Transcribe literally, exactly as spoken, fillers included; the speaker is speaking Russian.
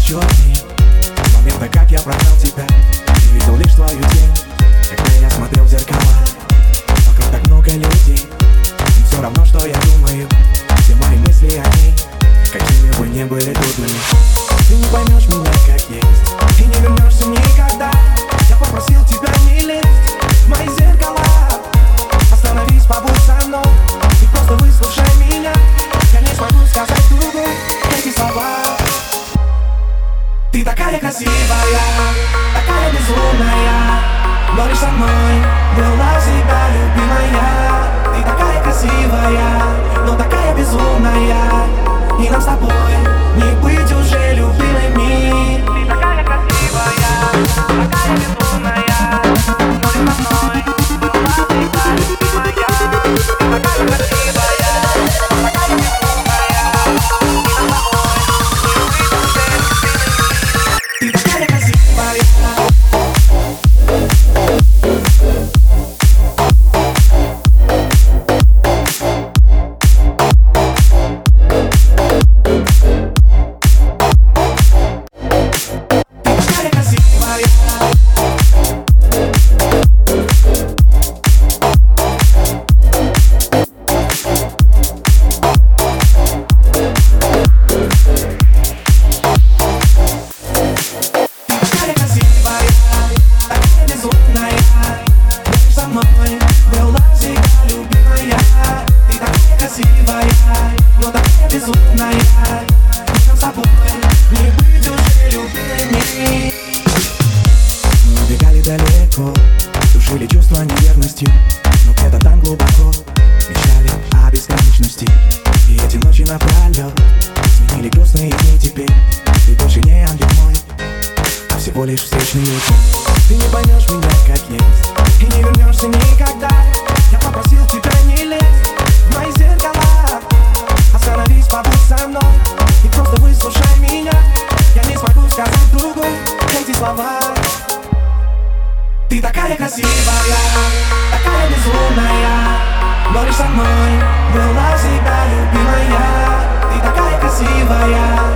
черный. С момента, как я продал тебя, не видел лишь твою тень. Когда я смотрел в зеркала, вокруг так много людей, и все равно, что я думаю, все мои мысли о ней, какими бы ни были трудными. Ты не поймешь меня как есть, и не вернешься никогда. Я попросил тебя не лезть в мои зеркала. Остановись, побудь со мной и просто выслушай меня. Я не смогу сказать другу эти слова. Ты такая красивая, такая безумная, но лишь со мной была всегда любимая. Ты такая красивая, но такая безумная, и нам с тобой не быть уже любимыми. Ты такая красивая, такая безумная, но лишь со мной была всегда любимая. Ты такая красивая, такая безумная, и нам с тобой не быть уже любимыми. Ты такая красивая. Но такая безумная, мы нам с тобой не быть уже любимыми. Мы убегали далеко, душили чувства неверностью, но где-то там глубоко мечтали о бесконечности. И эти ночи напролёт сменили грустные дни. Теперь ты больше не ангел мой, а всего лишь встречный ветер. Ты не поймешь меня как есть, и не вернешься никогда. Я попросил тебя не лезть в мои зеркала. Остановись, побудь со мной и просто выслушай меня. Я не смогу сказать другу эти слова. Ты такая красивая, такая безумная, но лишь со мной была всегда любимая. Ты такая красивая,